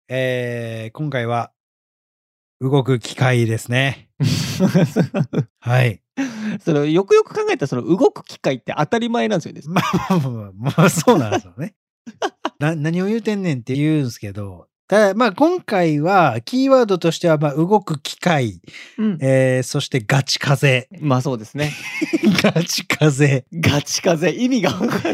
今回は動く機械ですね。はい。 よくよく考えたらその動く機械って当たり前なんですよね。 まあ、そうなんですよね。何を言うてんねんって言うんですけど、ただ今回はキーワードとしては動く機械、 うん。 そしてガチ風。 まあそうですね。 ガチ風。 ガチ風、意味がわかんない。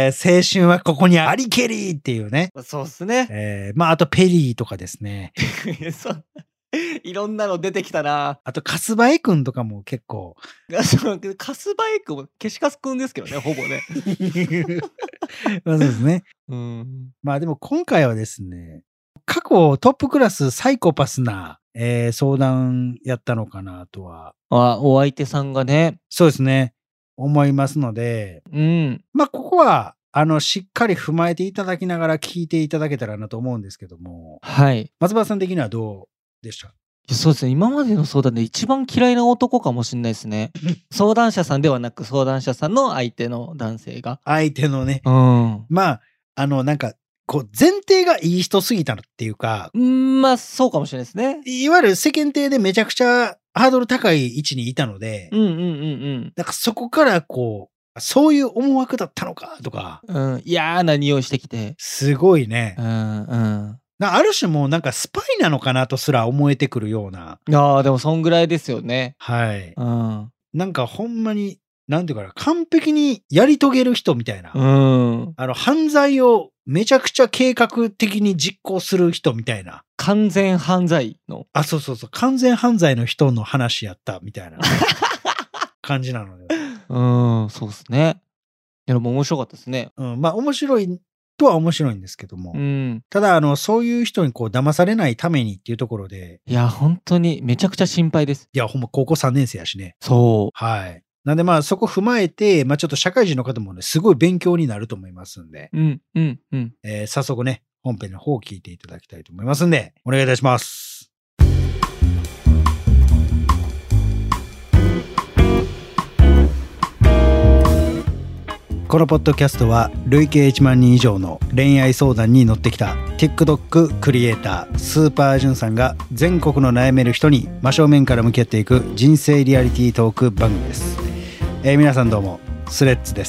青春はここにありけりっていうね。 そうっすね。 あとペリーとかですね。 いろんなの出てきたな。 あとカスバエくんとかも結構。 カスバエくんも消しカスくんですけどね、ほぼね。 そうですね。でも今回はですね、過去トップクラスサイコパスな、相談やったのかなとは。 お相手さんがね。 そうですね。思いますので、ここは、しっかり踏まえていただきながら聞いていただけたらなと思うんですけども。 はい。 松原さん的にはどうでした？ そうですね。今までの相談で一番嫌いな男かもしんないですね。相談者さんではなく、相談者さんの相手の男性が。 相手のね。 なんか、前提がいい人すぎたのっていうか。 そうかもしれないですね。 いわゆる世間体でめちゃくちゃハードル高い位置にいたので。なんかそこからそういう思惑だったのかとか。 嫌な匂いしてきて。 すごいね。ある種もうなんかスパイなのかなとすら思えてくるような。 でもそんぐらいですよね。 はい。なんかほんまに、なんていうかな、完璧にやり遂げる人みたいな。犯罪をめちゃくちゃ計画的に実行する人みたいな。 完全犯罪の。 そう。完全犯罪の人の話やったみたいな感じなので。 そうですね。でも面白かったですね。 面白いとは面白いんですけども。ただ、そういう人に騙されないためにっていうところで。 いや、本当にめちゃくちゃ心配です。 いや、ほんま高校3年生やしね。 そう。 はい。なんでそこ踏まえて、ちょっと社会人の方もね、すごい勉強になると思いますんで。早速ね、本編の方を聞いていただきたいと思いますんで、お願いいたします。このポッドキャストは累計1万人以上の恋愛相談に乗ってきた TikTok クリエイタースーパージュンさんが全国の悩める人に真正面から向き合っていく人生リアリティートーク番組です。皆さんどうも、スレッズです。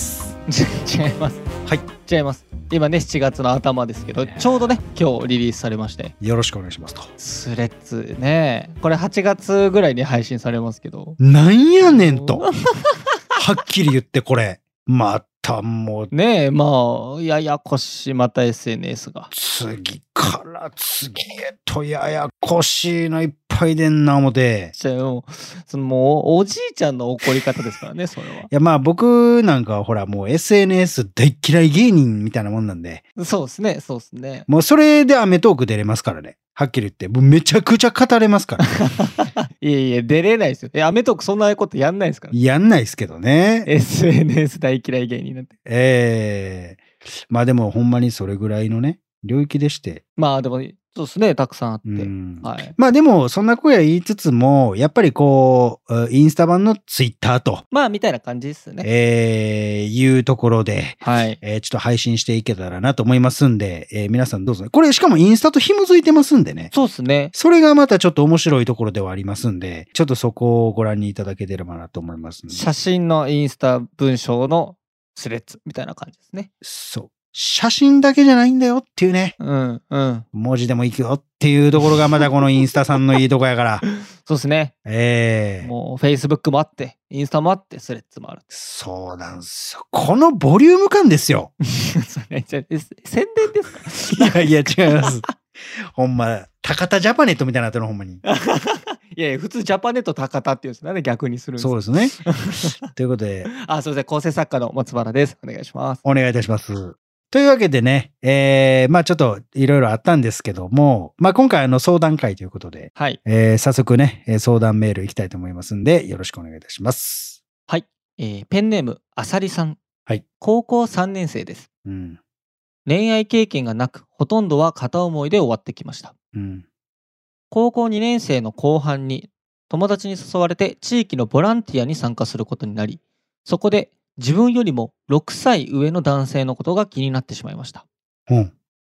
違います。 はい。 違います。今ね、7月の頭ですけど、ちょうどね、今日リリースされまして。 よろしくお願いしますと。 スレッズね。これ8月ぐらいに配信されますけど。 なんやねんと。はっきり言ってこれ。またもう。 ねえ、ややこしい、また SNS が。 次から次へとややこしいのいっぱいでんな思て。 もうおじいちゃんの怒り方ですからね、それは。 いや僕なんかはほらもう SNS 大嫌い芸人みたいなもんなんで。 そうですね。 もうそれでアメトーク出れますからね。はっきり言って。もうめちゃくちゃ語れますから。 いや、出れないですよ。アメトークそんなことやんないですから。 やんないですけどね。 SNS 大嫌い芸人なんて。 でもほんまにそれぐらいのね、領域でして。 でも、そうですね、たくさんあって。 はい。でも、そんな声は言いつつも、やっぱりインスタ版のツイッターと。 みたいな感じですね。 いうところで、ちょっと配信していけたらなと思いますんで、皆さんどうぞね。これしかもインスタと紐づいてますんでね。 そうですね。 それがまたちょっと面白いところではありますんで、ちょっとそこをご覧にいただければなと思いますんで。 写真のインスタ文章のスレッズみたいな感じですね。 そう。写真だけじゃないんだよっていうね。文字でもいくよっていうところがまたこのインスタさんのいいとこやから。 そうですね。もう Facebook もあって、インスタもあって、スレッズもある。 そうなんですよ。このボリューム感ですよ。 宣伝ですか？ いや違います。ほんま、高田ジャパネットみたいになってるのほんまに。 いや普通ジャパネット高田っていうんですよね、逆にするんです。 そうですね。ということで。 すいません、構成作家の松原です。お願いします。 お願いいたします。というわけでね、ちょっといろいろあったんですけども、今回相談会ということで、早速ね、相談メールいきたいと思いますんで、よろしくお願いいたします。 はい。ペンネーム、あさりさん。 はい。 高校3年生です。恋愛経験がなく、ほとんどは片思いで終わってきました。高校2年生の後半に、友達に誘われて地域のボランティアに参加することになり、そこで自分よりも6歳上の男性のことが気になってしまいました。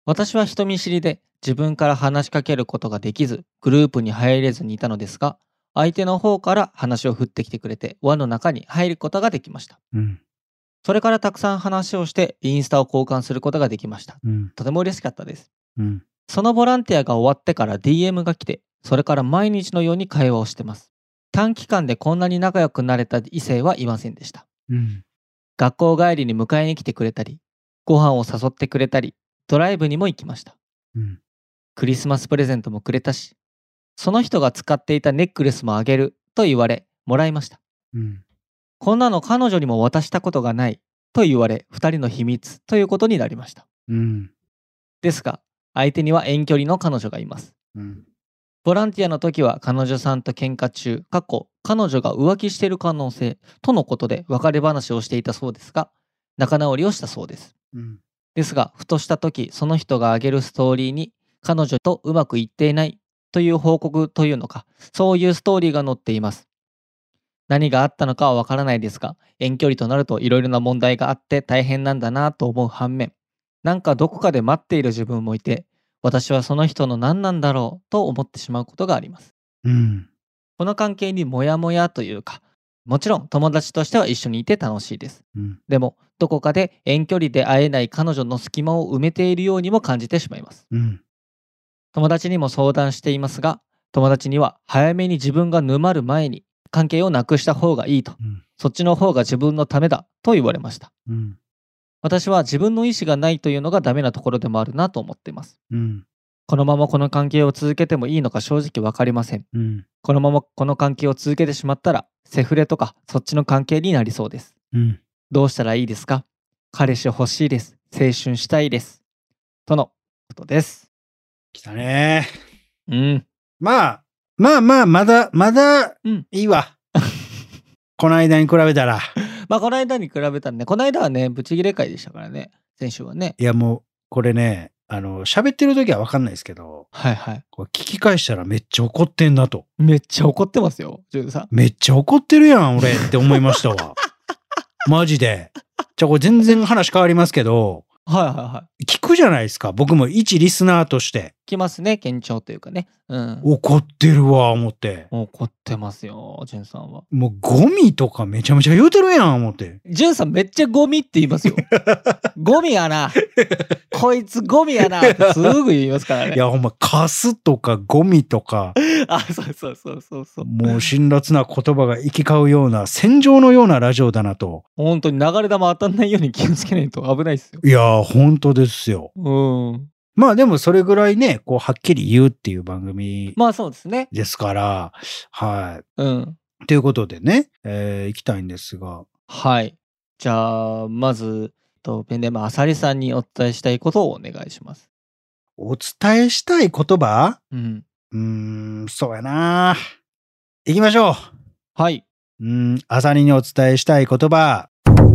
私は人見知りで自分から話しかけることができず、グループに入れずにいたのですが、相手の方から話を振ってきてくれて輪の中に入ることができました。それからたくさん話をしてインスタを交換することができました。とても嬉しかったです。そのボランティアが終わってから DM が来て、それから毎日のように会話をしてます。短期間でこんなに仲良くなれた異性はいませんでした。学校帰りに迎えに来てくれたり、ご飯を誘ってくれたり、ドライブにも行きました。クリスマスプレゼントもくれたし、その人が使っていたネックレスもあげると言われ、もらいました。こんなの彼女にも渡したことがないと言われ、2人の秘密ということになりました。ですが、相手には遠距離の彼女がいます。ボランティアの時は彼女さんと喧嘩中、彼女が浮気している可能性とのことで別れ話をしていたそうですが、仲直りをしたそうです。ですが、ふとした時、その人が挙げるストーリーに彼女とうまくいっていないという報告というのか、そういうストーリーが載っています。何があったのかはわからないですが、遠距離となるといろいろな問題があって大変なんだなと思う反面、なんかどこかで待っている自分もいて、私はその人の何なんだろうと思ってしまうことがあります。この関係にモヤモヤというか、もちろん友達としては一緒にいて楽しいです。でもどこかで遠距離で会えない彼女の隙間を埋めているようにも感じてしまいます。友達にも相談していますが、友達には早めに自分が沼る前に関係をなくした方がいいと、そっちの方が自分のためだと言われました。私は自分の意思がないというのがダメなところでもあるなと思っています。このままこの関係を続けてもいいのか正直わかりません。このままこの関係を続けてしまったらセフレとかそっちの関係になりそうです。どうしたらいいですか？彼氏欲しいです。青春したいです。とのことです。 来たね。まだいいわ。この間に比べたら。 この間に比べたらね、この間はね、ブチギレ会でしたからね、先週はね。 いやもう、これね、喋ってる時は分かんないですけど、これ聞き返したらめっちゃ怒ってんなと。 めっちゃ怒ってますよ、ジュンさん。 めっちゃ怒ってるやん、俺って思いましたわ。マジで。これ全然話変わりますけど、聞くじゃないですか、僕も一リスナーとして。 聞きますね、堅調というかね。 怒ってるわ、思って。 怒ってますよ、ジュンさんは。 もうゴミとかめちゃめちゃ言うてるやん、思って。 ジュンさんめっちゃゴミって言いますよ。ゴミやな。こいつゴミやなってすぐ言いますからね。 いや、ほんま、カスとかゴミとか。 そう。 もう辛辣な言葉が行き交うような、戦場のようなラジオだなと。 本当に流れ弾当たんないように気をつけないと危ないですよ。 いや、本当ですよ。まあでもそれぐらいね、こうはっきり言うっていう番組。 そうですね。 ですから、ということでね、行きたいんですが。 じゃあ、まず、ペンネームあさりさんにお伝えしたいことをお願いします。 お伝えしたい言葉？そうやな。行きましょう。あさりにお伝えしたい言葉。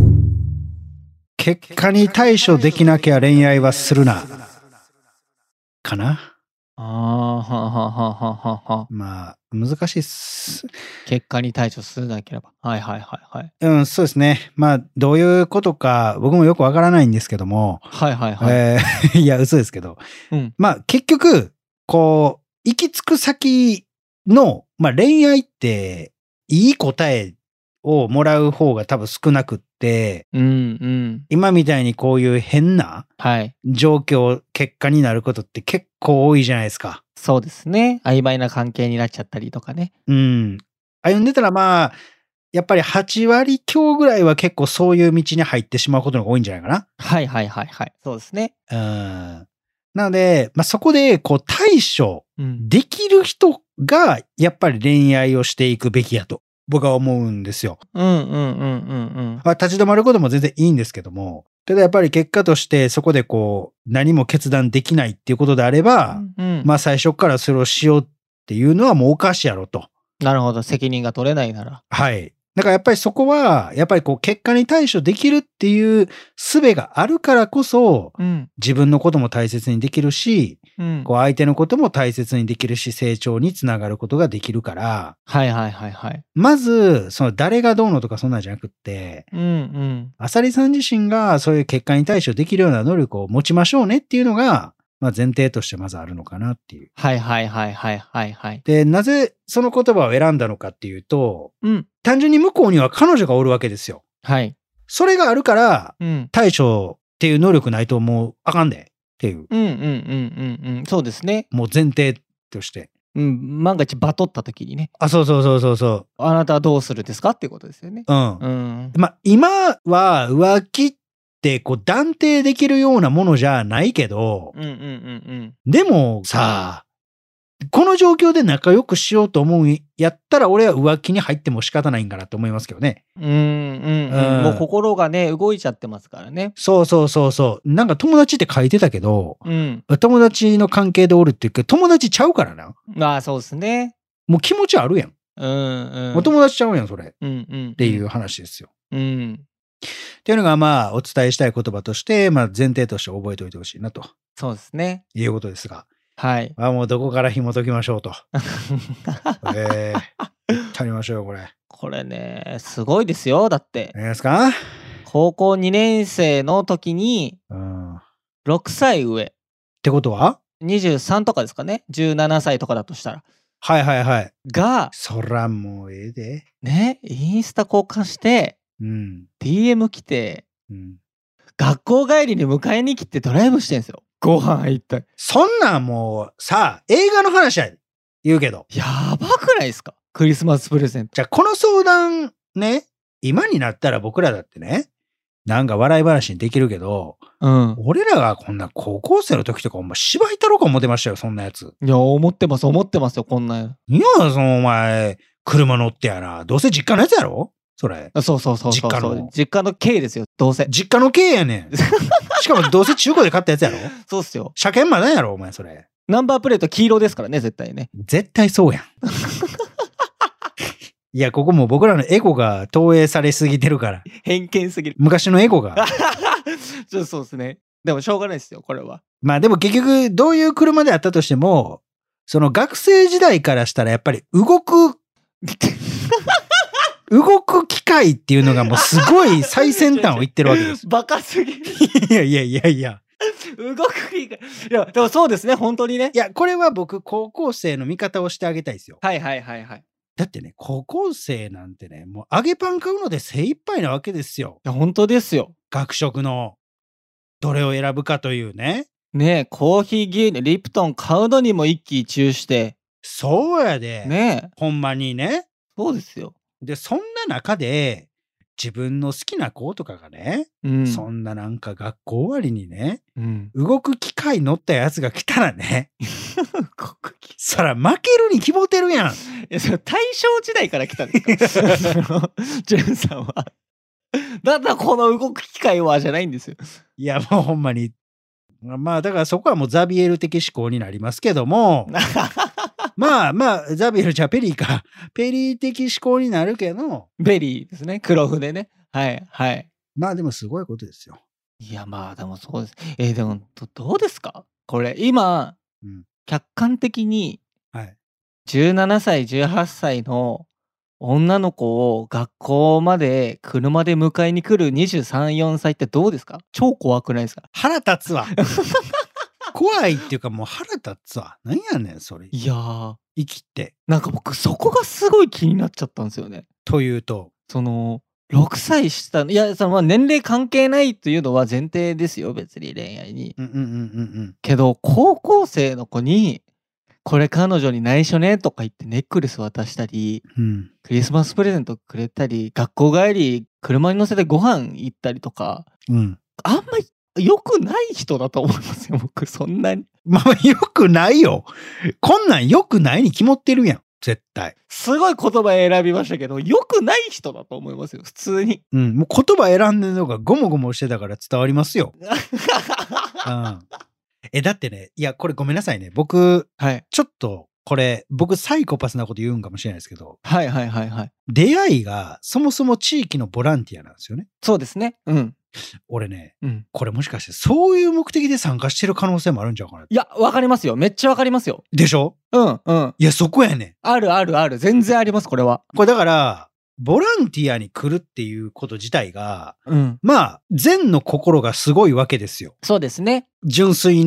結果に対処できなきゃ恋愛はするな。かな。まあ難しいっす。 結果に対処するなければ。 そうですね。まあどういうことか僕もよくわからないんですけども。いや嘘ですけど。まあ結局こう行き着く先の恋愛っていい答えをもらう方が多分少なくって、今みたいにこういう変な状況、結果になることって結構多いじゃないですか。 そうですね。曖昧な関係になっちゃったりとかね。 歩んでたらやっぱり8割強ぐらいは結構そういう道に入ってしまうことが多いんじゃないかな。そうですね。なので、そこでこう対処できる人がやっぱり恋愛をしていくべきやと。僕は思うんですよ。立ち止まることも全然いいんですけども、ただやっぱり結果としてそこでこう何も決断できないっていうことであれば、最初からそれをしようっていうのはもうおかしいやろと。 なるほど、責任が取れないなら。 だからやっぱりそこは、やっぱりこう結果に対処できるっていう術があるからこそ、自分のことも大切にできるし、こう相手のことも大切にできるし、成長につながることができるから、まず、その誰がどうのとかそんなんじゃなくって、あさりさん自身がそういう結果に対処できるような能力を持ちましょうねっていうのが、 まあ前提としてまずあるのかなっていう。 はいはいはいはいはいはい。 で、なぜその言葉を選んだのかっていうと、 うん。 単純に向こうには彼女がおるわけですよ。 はい。 それがあるから、 うん。 対処っていう能力ないともうあかんでっていう。 うんうんうんうんうん。そうですね。 もう前提として。 うん。万が一バトった時にね。 あ、そうそうそうそうそう。 あなたはどうするですかっていうことですよね。 うん。 うん。 まあ今は浮気ってこう断定できるようなものじゃないけど、 うんうんうんうん。 でもさ、この状況で仲良くしようと思うんやったら俺は浮気に入っても仕方ないんかなと思いますけどね。 もう心がね、動いちゃってますからね。 そうそうそうそう。なんか友達って書いてたけど、 うん。 友達の関係でおるっていうか、友達ちゃうからな。 ああ、そうですね。 もう気持ちあるやん。お友達ちゃうやん、それ。っていう話ですよ。っていうのがまあお伝えしたい言葉として、まあ前提として覚えておいてほしいなと。 そうですね。 いうことですが。 はい。 もうどこから紐解きましょうと。足りましょうよ、これ。 これね、すごいですよ。だって。 何ですか？ 高校2年生の時に、6歳上。 ってことは ?23 とかですかね。17歳とかだとしたら。 はいはいはい。 が、 そらもうええで。 ね、インスタ交換して、DM 来て、学校帰りに迎えに来てドライブしてんすよ。ご飯行った。 そんなんもう、さあ、映画の話や言うけど。 やばくないですか？クリスマスプレゼント。 じゃあこの相談ね、今になったら僕らだってね、なんか笑い話にできるけど、俺らがこんな高校生の時とかお前芝居太郎か思ってましたよ、そんなやつ。 いや、思ってますよ、こんな。 いや、そのお前、車乗ってやな。どうせ実家のやつやろそれ。 そう。実家の軽ですよ、どうせ。 実家の軽やねん。しかもどうせ中古で買ったやつやろそうっすよ。 車検まだやろお前それ。 ナンバープレート黄色ですからね、絶対ね。 絶対そうやん。いや、ここも僕らのエゴが投影されすぎてるから。 偏見すぎる。 昔のエゴが。 そうですね。でもしょうがないですよ、これは。 まあでも結局、どういう車であったとしても、その学生時代からしたらやっぱり動く機械っていうのがもうすごい最先端をいってるわけです。 バカすぎる。 いや。 動く機械。いや、でもそうですね、本当にね。 いや、これは僕、高校生の味方をしてあげたいですよ。 はい。 だってね、高校生なんてね、もう揚げパン買うので精一杯なわけですよ。 いや、本当ですよ。 学食の、どれを選ぶかというね。 ねえ、コーヒー牛乳、リプトン買うのにも一喜一憂して。 そうやで。 ねえ。 ほんまにね。 そうですよ。 で、そんな中で、自分の好きな子とかがね、そんななんか学校終わりにね、動く機械乗ったやつが来たらね、そら負けるに決まってるやん。 いや、それ大正時代から来たんですか？ジェンさんは。だからこの動く機械はじゃないんですよ。 いや、もうほんまに。まあ、だからそこはもうザビエル的思考になりますけども、まあ、ザビエルじゃペリーか。ペリー的思考になるけど。 ベリーですね。黒船ね。はい。 まあでもすごいことですよ。 いや、まあでもそうです。でもどうですかこれ、今、客観的に、17歳、18歳の女の子を学校まで車で迎えに来る23、4歳ってどうですか？超怖くないですか？ 腹立つわ。怖いっていうかもう腹立つわ。何やねんそれ。 いやー。 生きて。 なんか僕そこがすごい気になっちゃったんですよね。 というと。 その、6歳下の、いや、その年齢関係ないというのは前提ですよ、別に恋愛に。けど、高校生の子に、これ彼女に内緒ねとか言ってネックレス渡したり、クリスマスプレゼントくれたり、学校帰り車に乗せてご飯行ったりとか、あんまり良くない人だと思いますよ、僕、そんなに。 まあ、良くないよ。こんなん良くないに決まってるやん。絶対。 すごい言葉選びましたけど、良くない人だと思いますよ、普通に。 もう言葉選んでるのがゴモゴモしてたから伝わりますよ。だってね、いや、これごめんなさいね。僕、ちょっと、これ、僕サイコパスなこと言うんかもしれないですけど。出会いがそもそも地域のボランティアなんですよね。 そうですね。 俺ね、これもしかしてそういう目的で参加してる可能性もあるんちゃうかな。 いや、わかりますよ。めっちゃわかりますよ。 でしょ？いや、そこやねん。 ある。全然あります、これは。 これだから、ボランティアに来るっていうこと自体が、まあ、善の心がすごいわけですよ。 そうですね。 純粋な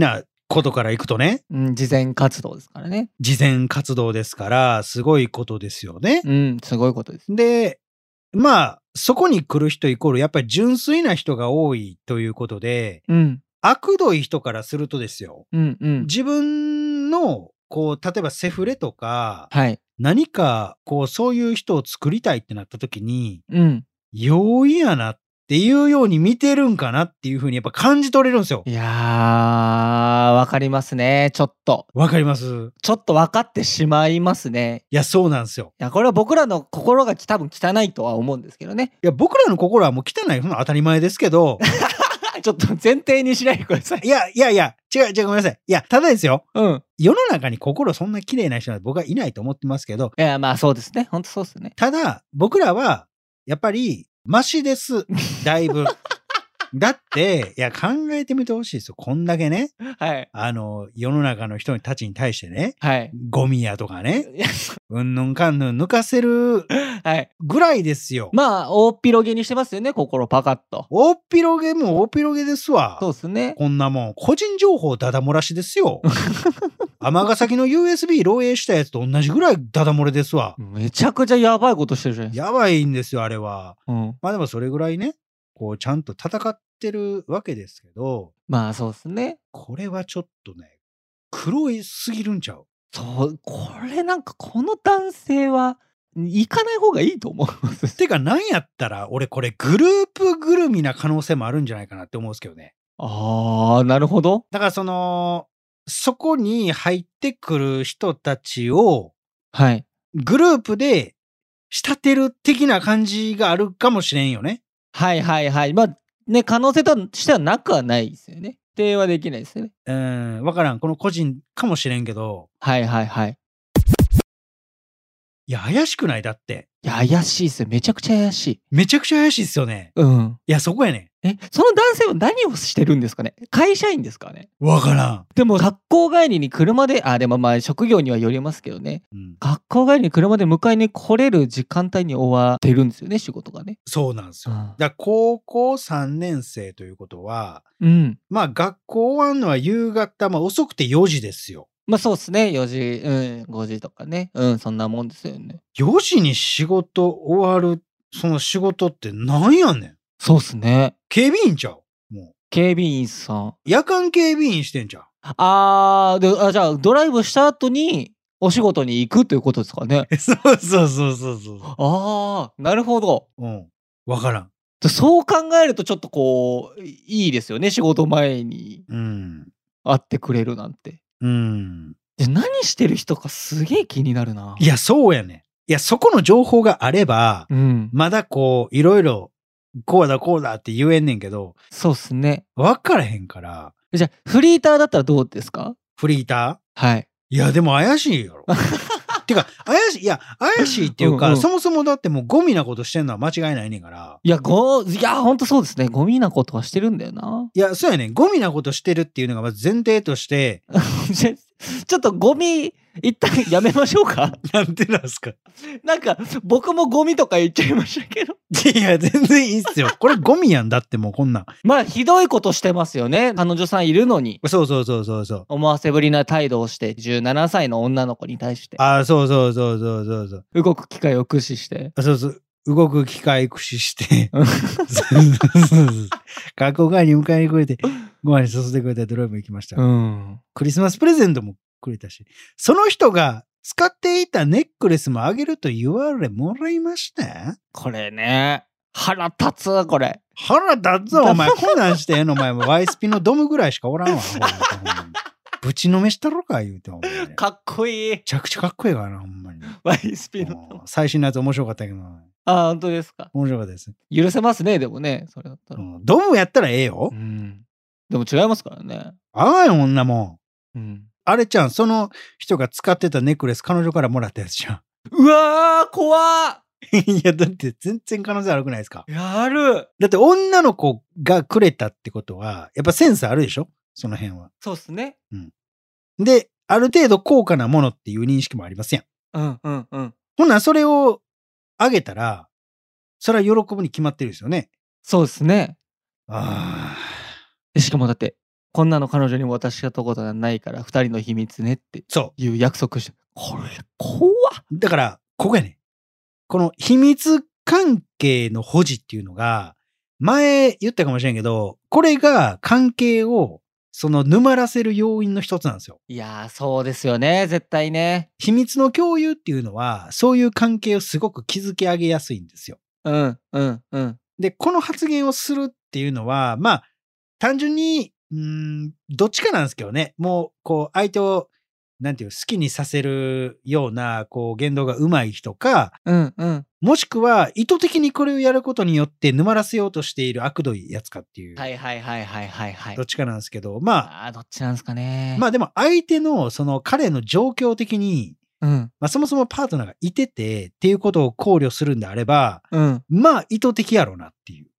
ことからいくとね。 慈善活動ですからね。 慈善活動ですから、すごいことですよね。 すごいことです。 で、まあ、そこに来る人イコール、やっぱり純粋な人が多いということで、悪どい人からするとですよ。自分の、こう、例えばセフレとか、何か、こう、そういう人を作りたいってなった時に、容易やなっていうように見てるんかなっていうふうにやっぱ感じ取れるんですよ。 いやー、わかりますね。ちょっと。 わかります。 ちょっと分かってしまいますね。 いや、そうなんですよ。 いや、これは僕らの心が多分汚いとは思うんですけどね。 いや、僕らの心はもう汚いのは当たり前ですけど。 ちょっと前提にしないでください。 いや、違う、ごめんなさい。いや、ただですよ。世の中に心そんな綺麗な人は僕はいないと思ってますけど。 いや、まあそうですね。本当そうですね。 ただ、僕らは、やっぱり、マシです。だいぶ。だって、いや、考えてみてほしいですよ。こんだけね。世の中の人たちに対してね。ゴミやとかね。うんぬんかんぬん抜かせる。ぐらいですよ。 まあ、大っ広げにしてますよね、心パカッと。 大っ広げも大っ広げですわ。 そうですね。 こんなもん、個人情報ダダ漏らしですよ。尼崎の USB 漏洩したやつと同じぐらいダダ漏れですわ。 めちゃくちゃやばいことしてるじゃないですか。 やばいんですよ、あれは。まあでもそれぐらいね、こう、ちゃんと戦ってるわけですけど。 まあそうですね。 これはちょっとね、黒いすぎるんちゃう？ そう、これなんかこの男性は、行かない方がいいと思います。 てか、なんやったら、俺これグループぐるみな可能性もあるんじゃないかなって思うんですけどね。 なるほど。 だからそこに入ってくる人たちを、グループで仕立てる的な感じがあるかもしれんよね。 まあ、ね、可能性としてはなくはないですよね。否定はできないですよね。 わからん。この個人かもしれんけど。いや、怪しくない？だって。 いや、怪しいっすよ。めちゃくちゃ怪しい。 めちゃくちゃ怪しいっすよね。いや、そこやね。 その男性は何をしてるんですかね？会社員ですかね？ わからん。 でも学校帰りに車で、でもまあ職業にはよりますけどね。学校帰りに車で迎えに来れる時間帯に終わってるんですよね、仕事がね。 そうなんですよ。だから高校3年生ということは、まあ学校終わるのは夕方、まあ遅くて4時ですよ。 まあそうですね。4時、5時とかね。そんなもんですよね。 4時に仕事終わる、その仕事ってなんやねん。 そうっすね。 警備員ちゃう？もう。 警備員さん。 夜間警備員してんじゃん。 じゃあドライブした後にお仕事に行くということですかね。 そう。 なるほど。 わからん。 そう考えるとちょっとこう、いいですよね。仕事前に。会ってくれるなんて。じゃ何してる人かすげえ気になるな。 いや、そうやね。いや、そこの情報があれば、まだこう、いろいろ、こうだって言えんねんけど。 そうっすね。 わからへんから。 じゃあ、フリーターだったらどうですか？ フリーター？ いや、でも怪しいやろ。てか、怪しいっていうか、そもそもだってもうゴミなことしてんのは間違いないねんから。 いや、ほんとそうですね。ゴミなことはしてるんだよな。 いや、そうやねん。ゴミなことしてるっていうのがまず前提として。 ちょっとゴミ、一旦やめましょうか。 なんでなんすか。 なんか、僕もゴミとか言っちゃいましたけど。 いや、全然いいっすよ。これゴミやんだってもうこんなん。 まあ、ひどいことしてますよね。彼女さんいるのに。 そう。 思わせぶりな態度をして、17歳の女の子に対して。 そう。 動く機械を駆使して。 動く機械駆使して。学校帰りに迎えにくれて、ご飯に誘ってくれたドライブ行きました。クリスマスプレゼントもくれたし、その人が使っていたネックレスもあげると URL もらいました。 これね、腹立つ、これ。 腹立つわ、お前。こんなんしてんの、お前。ワイスピのドムぐらいしかおらんわ。ぶちのめしたろか、言うても。 かっこいい。めちゃくちゃかっこいいからな、ほんまに。 ワイスピの。 最新のやつ面白かったけど。 本当ですか。 面白かったです。 許せますね、でもね、それだったら。 ドムやったらええよ。 でも違いますからね。 よ、女もん。あれちゃん、その人が使ってたネックレス、彼女からもらったやつじゃん。 うわー、怖っ。 いや、だって全然可能性悪くないですか？ やる。 だって女の子がくれたってことは、やっぱセンスあるでしょ？その辺は。 そうっすね。 で、ある程度高価なものっていう認識もありますやん。ほんならそれをあげたら、それは喜ぶに決まってるですよね。 そうですね。 あしかもだって、 こんなの彼女にも渡したことはないから2人の秘密ねっていう約束して。これ怖っ。 だからここやね。この秘密関係の保持っていうのが、前言ったかもしれんけど、これが関係を沼らせる要因の一つなんですよ。 いやー、そうですよね。絶対ね。 秘密の共有っていうのは、そういう関係をすごく築き上げやすいんですよ。で、この発言をするっていうのは、まあ、単純に、どっちかなんですけどね。もう、相手を、好きにさせるような、言動が上手い人か、もしくは、意図的にこれをやることによって沼らせようとしている悪どいやつかっていう。どっちかなんですけど、まあ、どっちなんですかね。 まあでも、相手の、彼の状況的に、そもそもパートナーがいててっていうことを考慮するんであれば、まあ意図的やろうなっていう。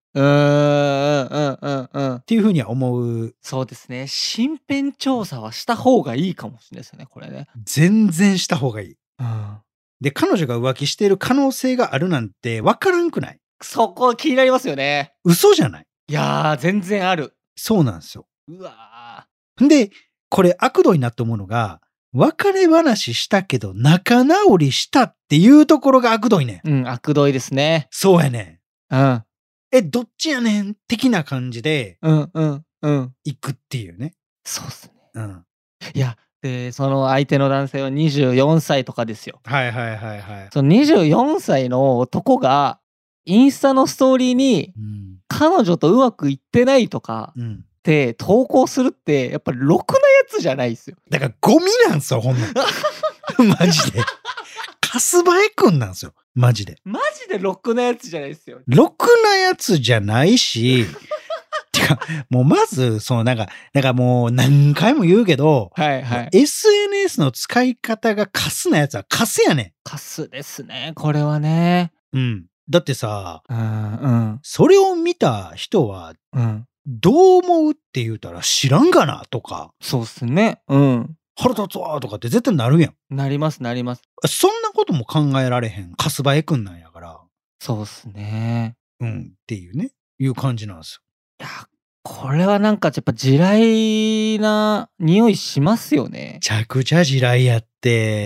っていうふうには思う。 そうですね。身辺調査はした方がいいかもしれないですよね、これね。 全然した方がいい。で、彼女が浮気している可能性があるなんて分からんくない？ そこ気になりますよね。 嘘じゃない？ いやー、全然ある。 そうなんですよ。 うわー。で、これ悪度になって思うのが、別れ話したけど仲直りしたっていうところが悪どいねん。悪どいですね。 そうやねん。どっちやねん的な感じで、行くっていうね。 そうっすね。いや、で、その相手の男性は24歳とかですよ。その24歳の男が、インスタのストーリーに、彼女とうまくいってないとか、って投稿するって、やっぱりろくなやつじゃないですよ。 だからゴミなんすよ、ほんなん。マジで。カスバエくんなんすよ。マジで。 マジでろくなやつじゃないですよ。 ろくなやつじゃないし、てか、もうまず、だからもう何回も言うけど、SNS の使い方がカスなやつはカスやねん。 カスですね、これはね。 だってさ、それを見た人は、どう思うって言うたら知らんがなとか。 そうっすね。 腹立つわとかって絶対なるやん。 なります。そんなことも考えられへん。カスバエくんなんやから。 そうっすね。 っていうね。いう感じなんですよ。いや、これはなんかやっぱ地雷な匂いしますよね。 めちゃくちゃ地雷やって。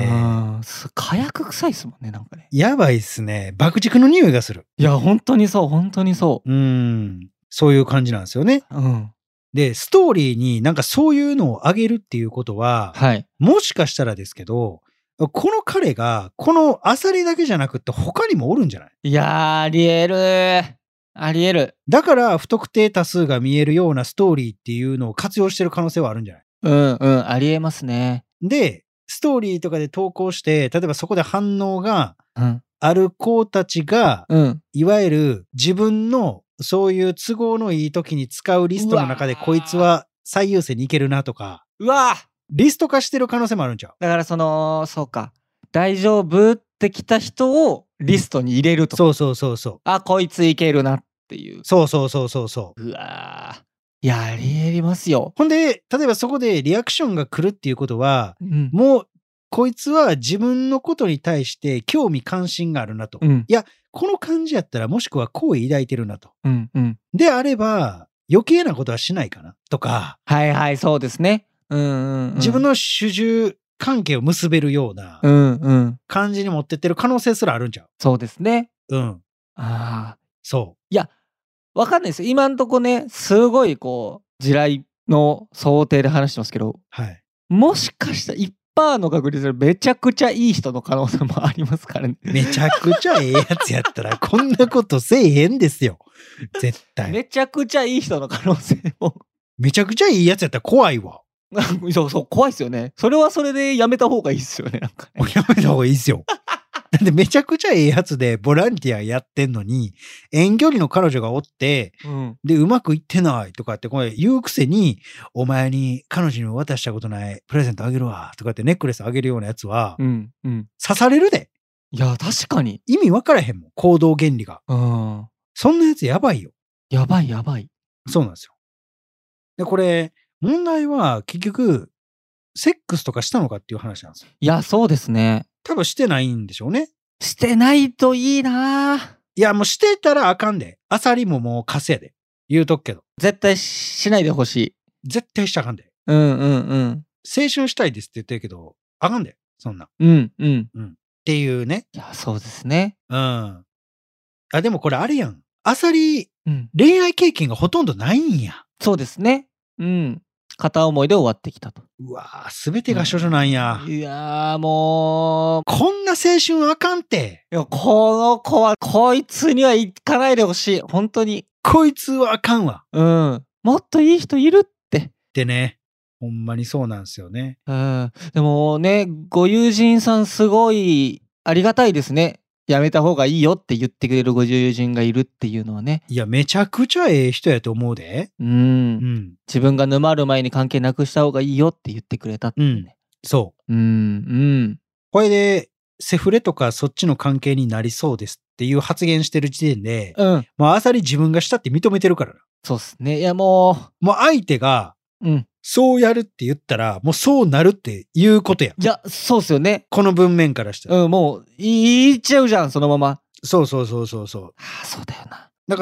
火薬臭いっすもんね、なんかね。 やばいっすね。爆竹の匂いがする。 いや、本当にそう、本当にそう。 そういう感じなんですよね。で、ストーリーになんかそういうのをあげるっていうことは、もしかしたらですけど、この彼が、このアサリだけじゃなくって他にもおるんじゃない？ いやー、ありえる。ありえる。 だから不特定多数が見えるようなストーリーっていうのを活用してる可能性はあるんじゃない？ ありえますね。 で、ストーリーとかで投稿して、例えばそこで反応がある子たちが、いわゆる自分のそういう都合のいい時に使うリストの中でこいつは最優先にいけるなとか、リスト化してる可能性もあるんちゃう？ だからそうか。大丈夫って来た人をリストに入れると。 そう。 あ、こいついけるなっていう。 そう。 うわー。いや、ありえますよ。 ほんで、例えばそこでリアクションが来るっていうことは、もう、こいつは自分のことに対して興味関心があるなと。いや、この感じやったらもしくは好意抱いてるなと。であれば、余計なことはしないかなとか。 そうですね。 自分の主従関係を結べるような感じに持ってってる可能性すらあるんちゃう？ そうですね。 そう。 いや、わかんないですよ。今んとこね、すごい地雷の想定で話してますけど、もしかしたら1%の確率でめちゃくちゃいい人の可能性もありますからね。 めちゃくちゃええやつやったらこんなことせえへんですよ。絶対。 めちゃくちゃいい人の可能性も。 めちゃくちゃいいやつやったら怖いわ。 そう怖いっすよね。それはそれでやめた方がいいっすよね。なんかね。 やめた方がいいっすよ。だってめちゃくちゃええやつでボランティアやってんのに、遠距離の彼女がおって、で、うまくいってないとかってこれ言うくせに、お前に彼女にも渡したことないプレゼントあげるわとかってネックレスあげるようなやつは、刺されるで。 いや、確かに。 意味分からへんもん、行動原理が。そんなやつやばいよ。 やばい。 そうなんですよ。で、これ、問題は結局、セックスとかしたのかっていう話なんですよ。 いや、そうですね。 多分してないんでしょうね。 してないといいな。 いや、もうしてたらあかんで。アサリももうカスやで。言うとくけど。 絶対しないでほしい。 絶対したらあかんで。 うんうんうん。 青春したいですって言ってるけど、あかんで、そんな。 うんうん。 っていうね。 いや、そうですね。 でもこれあれやん。アサリ、恋愛経験がほとんどないんや。 そうですね。片思いで終わってきたと。 うわぁ、すべてが処女なんや。 いやーもう。 こんな青春あかんて。 いや、この子は、こいつには行かないでほしい。本当に。 こいつはあかんわ。 もっといい人いるって。 ってね。ほんまにそうなんですよね。 でもね、ご友人さんすごいありがたいですね。やめた方がいいよって言ってくれるご友人がいるっていうのはね。 いや、めちゃくちゃええ人やと思うで。 自分が沼る前に関係なくした方がいいよって言ってくれたってね。 そう。これで、セフレとかそっちの関係になりそうですっていう発言してる時点で、もうアサリ自分がしたって認めてるからな。 そうっすね。いやもう相手が、そうやるって言ったら、もうそうなるっていうことや。 いや、そうっすよね。 この文面からしたら。 もう、言っちゃうじゃん、そのまま。 そう。 そうだよな。 だから、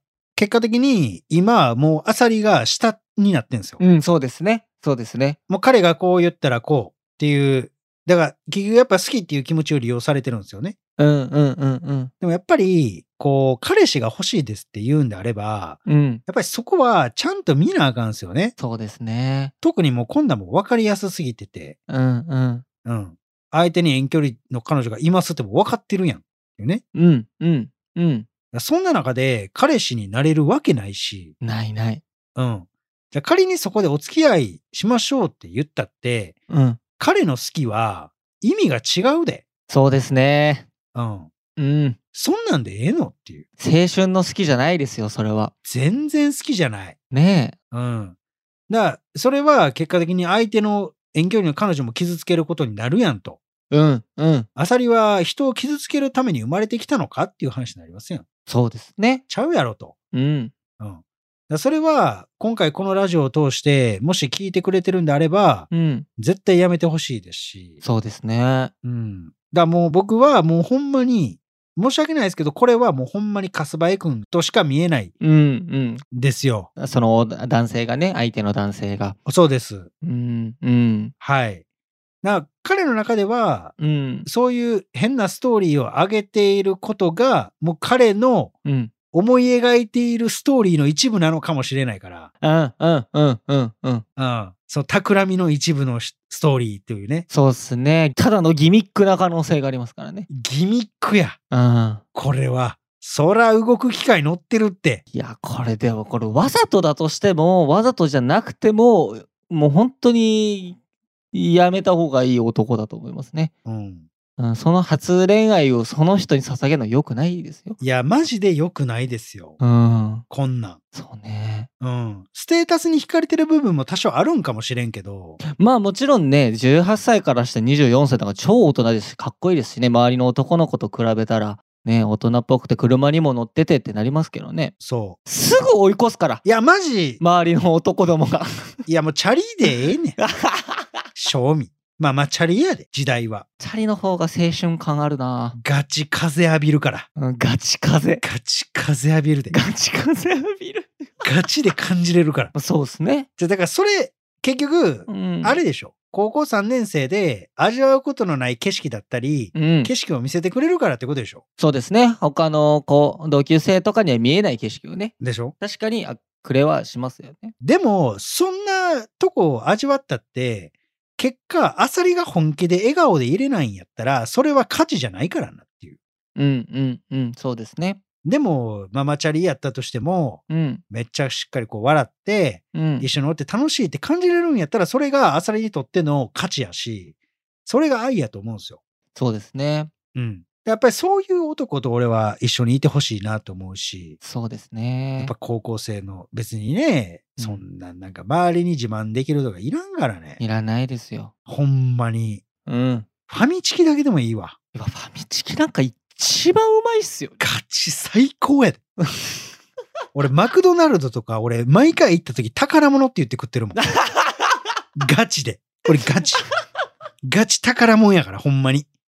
結果的に、今、もうアサリが下になってんですよ。 そうですね。そうですね。 もう彼がこう言ったらこうっていう、だから、結局やっぱ好きっていう気持ちを利用されてるんですよね。でもやっぱり、こう、彼氏が欲しいですって言うんであれば、やっぱりそこはちゃんと見なあかんすよね。 そうですね。 特にもう今度はもう分かりやすすぎてて。相手に遠距離の彼女がいますっても分かってるやん。ね。そんな中で彼氏になれるわけないし。 ない。 じゃあ仮にそこでお付き合いしましょうって言ったって、彼の好きは意味が違うで。 そうですね。 そんなんでええのっていう。 青春の好きじゃないですよ、それは。 全然好きじゃない。 ねえ。 だから、それは結果的に相手の遠距離の彼女も傷つけることになるやんと。アサリは人を傷つけるために生まれてきたのかっていう話になりますよ。 そうですね。 ちゃうやろと。それは、今回このラジオを通して、もし聞いてくれてるんであれば、絶対やめてほしいですし。 そうですね。 だからもう僕はもうほんまに、申し訳ないですけど、これはもうほんまにカスバエ君としか見えない。ですよ。 その男性がね、相手の男性が。 そうです。はい。彼の中では、そういう変なストーリーを上げていることが、もう彼の思い描いているストーリーの一部なのかもしれないから。そう、企みの一部のストーリーっていうね。 そうっすね。ただのギミックな可能性がありますからね。 ギミックや。これは。そら動く機械乗ってるって。 いや、これでも、これわざとだとしても、わざとじゃなくても、もう本当にやめた方がいい男だと思いますね。その初恋愛をその人に捧げるのは良くないですよ。 いや、マジで良くないですよ。こんなん。 そうね。 ステータスに惹かれてる部分も多少あるんかもしれんけど。 まあもちろんね、18歳からして24歳とか超大人ですし、かっこいいですしね、周りの男の子と比べたら。ね、大人っぽくて車にも乗っててってなりますけどね。 そう。 すぐ追い越すから。 いや、マジ。 周りの男どもが。 いや、もうチャリでええねん。賞味。まあチャリやで、時代は。 チャリの方が青春感あるな。 ガチ風浴びるから。 ガチ風浴びるで。 ガチ風浴びる。 ガチで感じれるから。 そうですね。 だからそれ、結局、あれでしょ。高校3年生で味わうことのない景色だったり、景色を見せてくれるからってことでしょ。 そうですね。他の同級生とかには見えない景色をね。 でしょ。 確かにくれはしますよね。 でも、そんなとこを味わったって、結果、アサリが本気で笑顔で入れないんやったら、それは価値じゃないからなっていう。 そうですね。 でも、ママチャリやったとしても、めっちゃしっかりこう笑って、一緒に乗って楽しいって感じれるんやったら、それがアサリにとっての価値やし、それが愛やと思うんですよ。 そうですね。 やっぱりそういう男と俺は一緒にいてほしいなと思うし。 そうですね。 やっぱ高校生の別にね、そんななんか周りに自慢できるとかいらんからね。 いらないですよ。 ほんまに。ファミチキだけでもいいわ。 ファミチキなんか一番うまいっすよ。 ガチ最高やで。俺マクドナルドとか俺毎回行った時宝物って言って食ってるもん。ガチで。これガチ。ガチ宝物やからほんまに。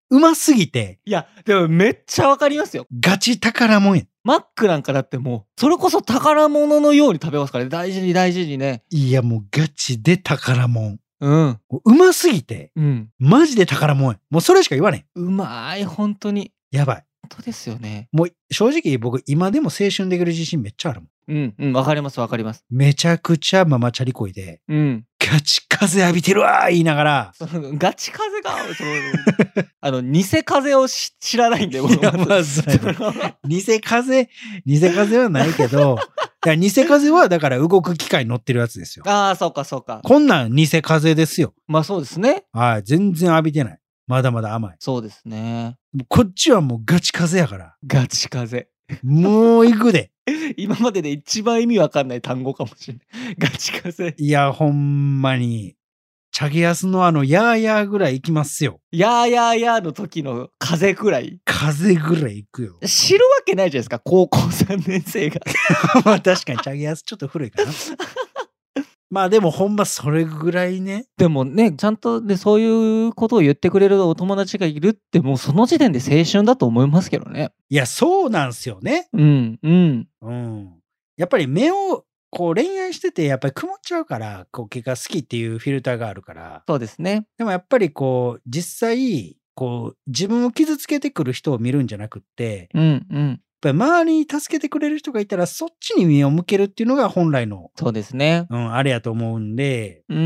うますぎて。 いや、でもめっちゃわかりますよ。 ガチ宝もんや。 マックなんかだってもう、それこそ宝物のように食べますからね。大事に大事にね。 いや、もうガチで宝もん。 うん。 うますぎて。 うん。 マジで宝もんや。もうそれしか言わねえ。うまい、本当に。 やばい。 本当ですよね。 もう正直僕今でも青春できる自信めっちゃあるもん。 うんうん、わかりますわかります。 めちゃくちゃママチャリこいで、 うん。 ガチ風浴びてるわー言いながら。 ガチ風が、偽風を知らないんで、僕いや、まず、偽風はないけど、いや偽風はだから動く機械に乗ってるやつですよ。 ああ、そうかそうか。 こんなん偽風ですよ。 まあそうですね。 はい、全然浴びてない。まだまだ甘い。 そうですね。 こっちはもうガチ風やから。 ガチ風。 もう行くで。 今までで一番意味わかんない単語かもしれない。ガチ風。 いや、ほんまに。チャゲヤスのヤーヤーぐらい行きますよ。 ヤーヤーヤーの時の風くらい。 風ぐらい行くよ。 知るわけないじゃないですか、高校3年生が。 まあ確かにチャゲヤスちょっと古いかな。まあでもほんまそれぐらいね。 でもね、ちゃんとね、そういうことを言ってくれるお友達がいるってもうその時点で青春だと思いますけどね。 いや、そうなんすよね。 うんうん。 うん。やっぱり目をこう恋愛しててやっぱり曇っちゃうから、こう結果好きっていうフィルターがあるから。 そうですね。 でもやっぱりこう実際こう自分を傷つけてくる人を見るんじゃなくって、 うんうん。 やっぱり周りに助けてくれる人がいたらそっちに目を向けるっていうのが本来の。 そうですね。 あれやと思うんで。 うんうん。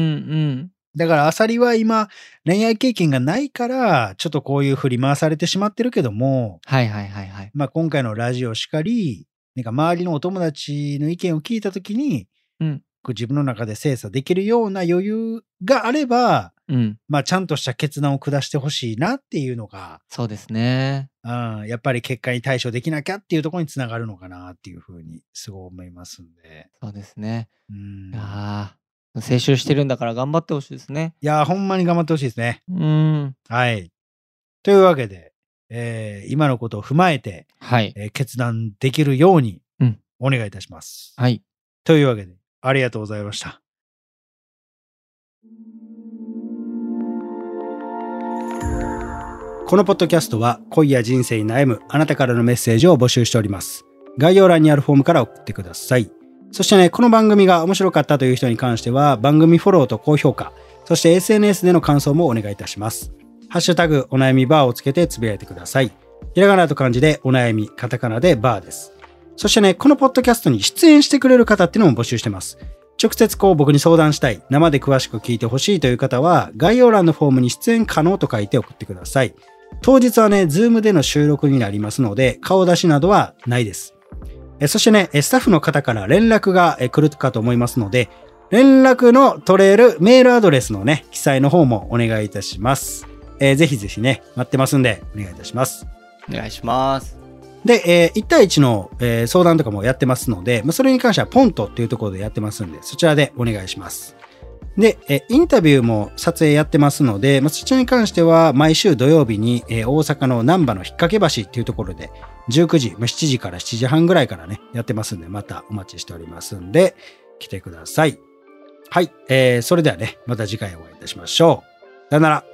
だからアサリは今恋愛経験がないからちょっとこういう振り回されてしまってるけども。 はいはいはいはい。 まあ今回のラジオしかり、なんか周りのお友達の意見を聞いたときに、 うん、 自分の中で精査できるような余裕があれば、 うん、 まあちゃんとした決断を下してほしいなっていうのが、 そうですね。 やっぱり結果に対処できなきゃっていうところにつながるのかなっていうふうにすごい思いますんで。 そうですね。 いや青春してるんだから頑張ってほしいですね。 いやほんまに頑張ってほしいですね。はい。というわけで、今のことを踏まえて、 はい、 決断できるようにお願いいたします。 はい。 というわけで、ありがとうございました。このポッドキャストは恋や人生に悩むあなたからのメッセージを募集しております。概要欄にあるフォームから送ってください。そしてね、この番組が面白かったという人に関しては番組フォローと高評価、そして SNS での感想もお願いいたします。ハッシュタグお悩みバーをつけてつぶやいてください。ひらがなと漢字でお悩み、カタカナでバーです。そしてね、このポッドキャストに出演してくれる方っていうのも募集してます。直接僕に相談したい、生で詳しく聞いてほしいという方は、概要欄のフォームに出演可能と書いて送ってください。当日はね、ズームでの収録になりますので、顔出しなどはないです。そしてね、スタッフの方から連絡が来るかと思いますので、連絡の取れるメールアドレスのね、記載の方もお願いいたします。ぜひぜひね、待ってますんで、お願いいたします。 お願いします。 で、1対1の、相談とかもやってますので、それに関してはポントっていうところでやってますんで、そちらでお願いします。で、インタビューも撮影やってますので、そちらに関しては毎週土曜日に、大阪の難波の引っ掛け橋っていうところで19時、7時から7時半ぐらいからね、やってますんで、またお待ちしておりますんで、来てください。はい、それではね、また次回お会いいたしましょう。さよなら。